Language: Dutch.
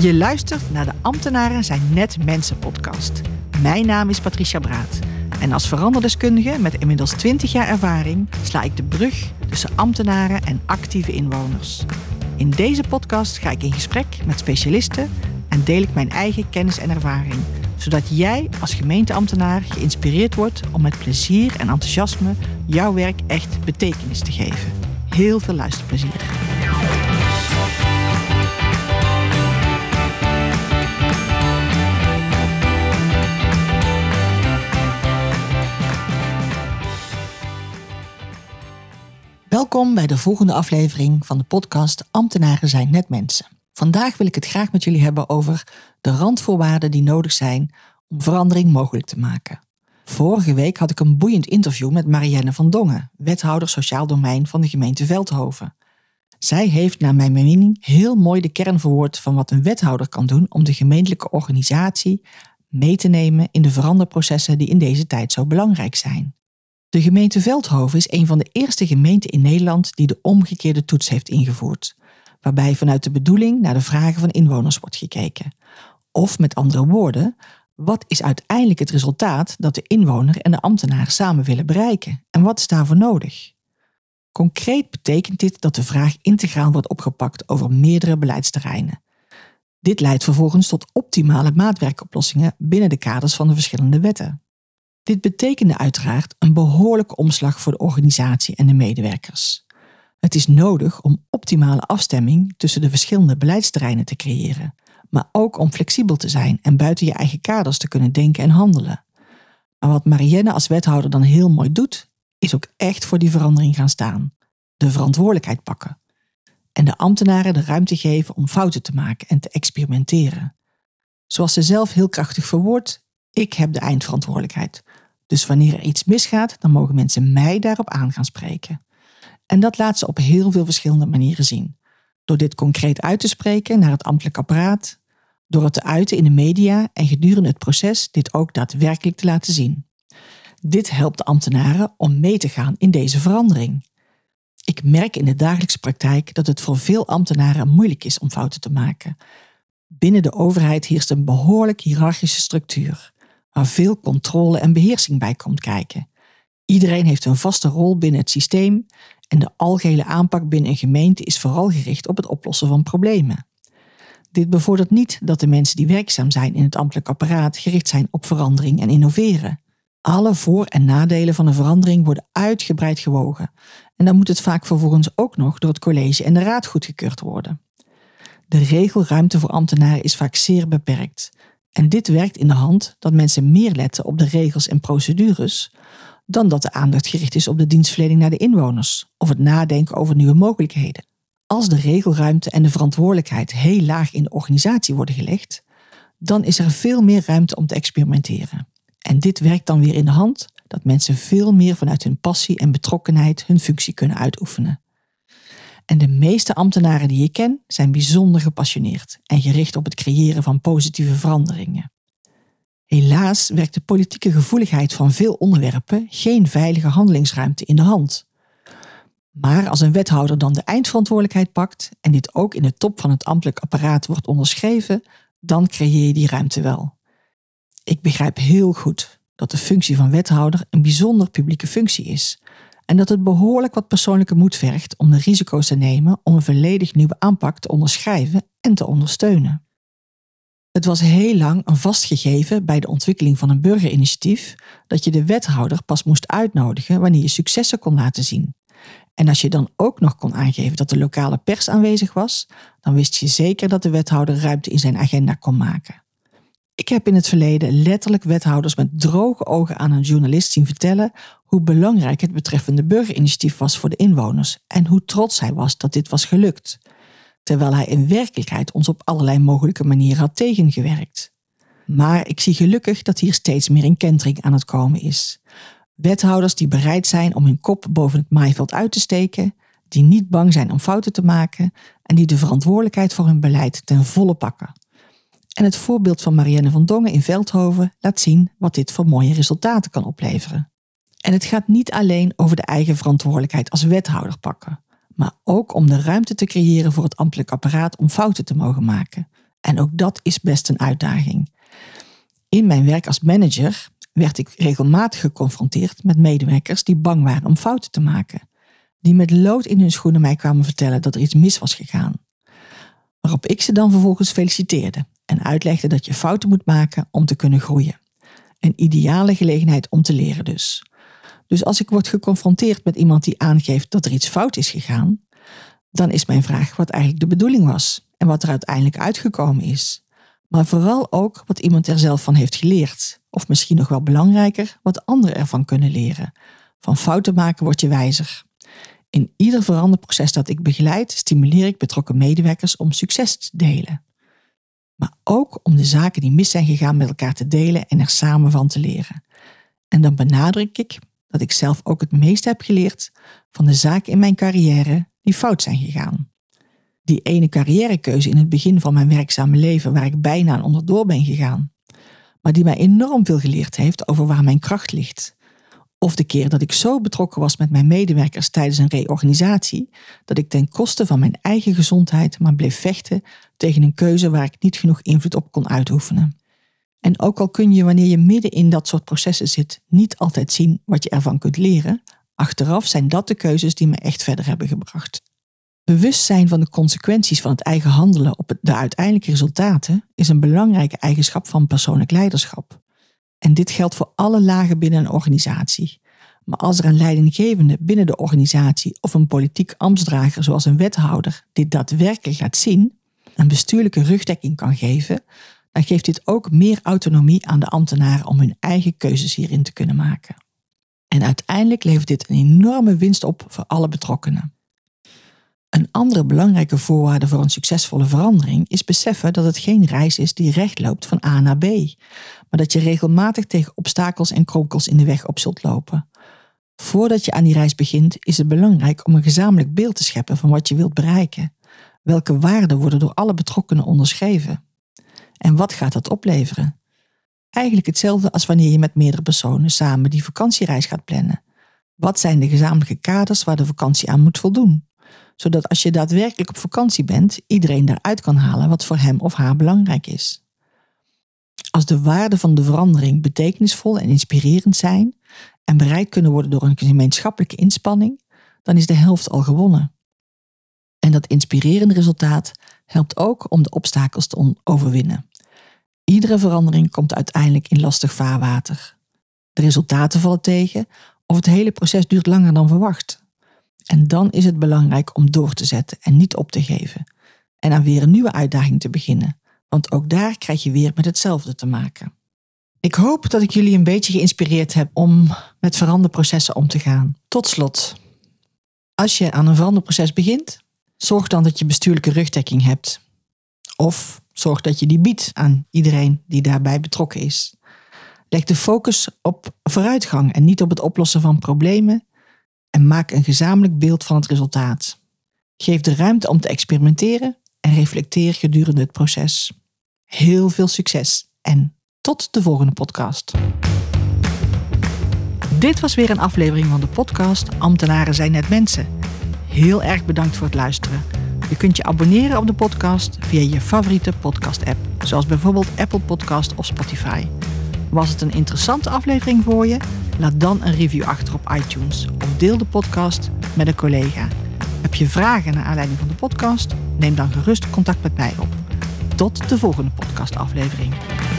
Je luistert naar de Ambtenaren zijn net mensen podcast. Mijn naam is Patricia Braat. En als veranderdeskundige met inmiddels 20 jaar ervaring sla ik de brug tussen ambtenaren en actieve inwoners. In deze podcast ga ik in gesprek met specialisten en deel ik mijn eigen kennis en ervaring. Zodat jij als gemeenteambtenaar geïnspireerd wordt om met plezier en enthousiasme jouw werk echt betekenis te geven. Heel veel luisterplezier. Welkom bij de volgende aflevering van de podcast Ambtenaren zijn net mensen. Vandaag wil ik het graag met jullie hebben over de randvoorwaarden die nodig zijn om verandering mogelijk te maken. Vorige week had ik een boeiend interview met Marianne van Dongen, wethouder sociaal domein van de gemeente Veldhoven. Zij heeft naar mijn mening heel mooi de kern verwoord van wat een wethouder kan doen om de gemeentelijke organisatie mee te nemen in de veranderprocessen die in deze tijd zo belangrijk zijn. De gemeente Veldhoven is een van de eerste gemeenten in Nederland die de omgekeerde toets heeft ingevoerd, waarbij vanuit de bedoeling naar de vragen van inwoners wordt gekeken. Of met andere woorden, wat is uiteindelijk het resultaat dat de inwoner en de ambtenaar samen willen bereiken? En wat is daarvoor nodig? Concreet betekent dit dat de vraag integraal wordt opgepakt over meerdere beleidsterreinen. Dit leidt vervolgens tot optimale maatwerkoplossingen binnen de kaders van de verschillende wetten. Dit betekende uiteraard een behoorlijke omslag voor de organisatie en de medewerkers. Het is nodig om optimale afstemming tussen de verschillende beleidsterreinen te creëren, maar ook om flexibel te zijn en buiten je eigen kaders te kunnen denken en handelen. Maar wat Marianne als wethouder dan heel mooi doet, is ook echt voor die verandering gaan staan. De verantwoordelijkheid pakken. En de ambtenaren de ruimte geven om fouten te maken en te experimenteren. Zoals ze zelf heel krachtig verwoordt, ik heb de eindverantwoordelijkheid. Dus wanneer er iets misgaat, dan mogen mensen mij daarop aan gaan spreken. En dat laat ze op heel veel verschillende manieren zien. Door dit concreet uit te spreken naar het ambtelijk apparaat, door het te uiten in de media en gedurende het proces dit ook daadwerkelijk te laten zien. Dit helpt de ambtenaren om mee te gaan in deze verandering. Ik merk in de dagelijkse praktijk dat het voor veel ambtenaren moeilijk is om fouten te maken. Binnen de overheid heerst een behoorlijk hiërarchische structuur, waar veel controle en beheersing bij komt kijken. Iedereen heeft een vaste rol binnen het systeem en de algehele aanpak binnen een gemeente is vooral gericht op het oplossen van problemen. Dit bevordert niet dat de mensen die werkzaam zijn in het ambtelijk apparaat gericht zijn op verandering en innoveren. Alle voor- en nadelen van een verandering worden uitgebreid gewogen en dan moet het vaak vervolgens ook nog door het college en de raad goedgekeurd worden. De regelruimte voor ambtenaren is vaak zeer beperkt. En dit werkt in de hand dat mensen meer letten op de regels en procedures dan dat de aandacht gericht is op de dienstverlening naar de inwoners of het nadenken over nieuwe mogelijkheden. Als de regelruimte en de verantwoordelijkheid heel laag in de organisatie worden gelegd, dan is er veel meer ruimte om te experimenteren. En dit werkt dan weer in de hand dat mensen veel meer vanuit hun passie en betrokkenheid hun functie kunnen uitoefenen. En de meeste ambtenaren die ik ken zijn bijzonder gepassioneerd en gericht op het creëren van positieve veranderingen. Helaas werkt de politieke gevoeligheid van veel onderwerpen geen veilige handelingsruimte in de hand. Maar als een wethouder dan de eindverantwoordelijkheid pakt en dit ook in de top van het ambtelijk apparaat wordt onderschreven, dan creëer je die ruimte wel. Ik begrijp heel goed dat de functie van wethouder een bijzonder publieke functie is. En dat het behoorlijk wat persoonlijke moed vergt om de risico's te nemen om een volledig nieuwe aanpak te onderschrijven en te ondersteunen. Het was heel lang een vast gegeven bij de ontwikkeling van een burgerinitiatief dat je de wethouder pas moest uitnodigen wanneer je successen kon laten zien. En als je dan ook nog kon aangeven dat de lokale pers aanwezig was, dan wist je zeker dat de wethouder ruimte in zijn agenda kon maken. Ik heb in het verleden letterlijk wethouders met droge ogen aan een journalist zien vertellen hoe belangrijk het betreffende burgerinitiatief was voor de inwoners en hoe trots hij was dat dit was gelukt, terwijl hij in werkelijkheid ons op allerlei mogelijke manieren had tegengewerkt. Maar ik zie gelukkig dat hier steeds meer een kentering aan het komen is. Wethouders die bereid zijn om hun kop boven het maaiveld uit te steken, die niet bang zijn om fouten te maken en die de verantwoordelijkheid voor hun beleid ten volle pakken. En het voorbeeld van Marianne van Dongen in Veldhoven laat zien wat dit voor mooie resultaten kan opleveren. En het gaat niet alleen over de eigen verantwoordelijkheid als wethouder pakken, maar ook om de ruimte te creëren voor het ambtelijk apparaat om fouten te mogen maken En ook dat is best een uitdaging. In mijn werk als manager werd ik regelmatig geconfronteerd met medewerkers die bang waren om fouten te maken. Die met lood in hun schoenen mij kwamen vertellen dat er iets mis was gegaan. Waarop ik ze dan vervolgens feliciteerde en uitlegde dat je fouten moet maken om te kunnen groeien. Een ideale gelegenheid om te leren dus. Dus als ik word geconfronteerd met iemand die aangeeft dat er iets fout is gegaan, dan is mijn vraag wat eigenlijk de bedoeling was en wat er uiteindelijk uitgekomen is. Maar vooral ook wat iemand er zelf van heeft geleerd. Of misschien nog wel belangrijker, wat anderen ervan kunnen leren. Van fouten maken word je wijzer. In ieder veranderproces dat ik begeleid, stimuleer ik betrokken medewerkers om succes te delen. Maar ook om de zaken die mis zijn gegaan met elkaar te delen en er samen van te leren. En dan benadruk ik dat ik zelf ook het meeste heb geleerd van de zaken in mijn carrière die fout zijn gegaan. Die ene carrièrekeuze in het begin van mijn werkzame leven waar ik bijna aan onderdoor ben gegaan. Maar die mij enorm veel geleerd heeft over waar mijn kracht ligt. Of de keer dat ik zo betrokken was met mijn medewerkers tijdens een reorganisatie, dat ik ten koste van mijn eigen gezondheid maar bleef vechten tegen een keuze waar ik niet genoeg invloed op kon uitoefenen. En ook al kun je wanneer je midden in dat soort processen zit niet altijd zien wat je ervan kunt leren, achteraf zijn dat de keuzes die me echt verder hebben gebracht. Bewustzijn van de consequenties van het eigen handelen op de uiteindelijke resultaten is een belangrijke eigenschap van persoonlijk leiderschap. En dit geldt voor alle lagen binnen een organisatie. Maar als er een leidinggevende binnen de organisatie of een politiek ambtsdrager zoals een wethouder dit daadwerkelijk laat zien, een bestuurlijke rugdekking kan geven, dan geeft dit ook meer autonomie aan de ambtenaren om hun eigen keuzes hierin te kunnen maken. En uiteindelijk levert dit een enorme winst op voor alle betrokkenen. Een andere belangrijke voorwaarde voor een succesvolle verandering is beseffen dat het geen reis is die recht loopt van A naar B, maar dat je regelmatig tegen obstakels en kronkels in de weg op zult lopen. Voordat je aan die reis begint, is het belangrijk om een gezamenlijk beeld te scheppen van wat je wilt bereiken. Welke waarden worden door alle betrokkenen onderschreven? En wat gaat dat opleveren? Eigenlijk hetzelfde als wanneer je met meerdere personen samen die vakantiereis gaat plannen. Wat zijn de gezamenlijke kaders waar de vakantie aan moet voldoen? Zodat als je daadwerkelijk op vakantie bent, iedereen daaruit kan halen wat voor hem of haar belangrijk is. Als de waarden van de verandering betekenisvol en inspirerend zijn en bereikt kunnen worden door een gemeenschappelijke inspanning, dan is de helft al gewonnen. En dat inspirerende resultaat helpt ook om de obstakels te overwinnen. Iedere verandering komt uiteindelijk in lastig vaarwater. De resultaten vallen tegen of het hele proces duurt langer dan verwacht. En dan is het belangrijk om door te zetten en niet op te geven. En aan weer een nieuwe uitdaging te beginnen. Want ook daar krijg je weer met hetzelfde te maken. Ik hoop dat ik jullie een beetje geïnspireerd heb om met veranderprocessen om te gaan. Tot slot. Als je aan een veranderproces begint, zorg dan dat je bestuurlijke rugdekking hebt. Of zorg dat je die biedt aan iedereen die daarbij betrokken is. Leg de focus op vooruitgang en niet op het oplossen van problemen. En maak een gezamenlijk beeld van het resultaat. Geef de ruimte om te experimenteren en reflecteer gedurende het proces. Heel veel succes en tot de volgende podcast. Dit was weer een aflevering van de podcast Ambtenaren zijn net mensen. Heel erg bedankt voor het luisteren. Je kunt je abonneren op de podcast via je favoriete podcast-app, zoals bijvoorbeeld Apple Podcast of Spotify. Was het een interessante aflevering voor je? Laat dan een review achter op iTunes of deel de podcast met een collega. Heb je vragen naar aanleiding van de podcast? Neem dan gerust contact met mij op. Tot de volgende podcastaflevering.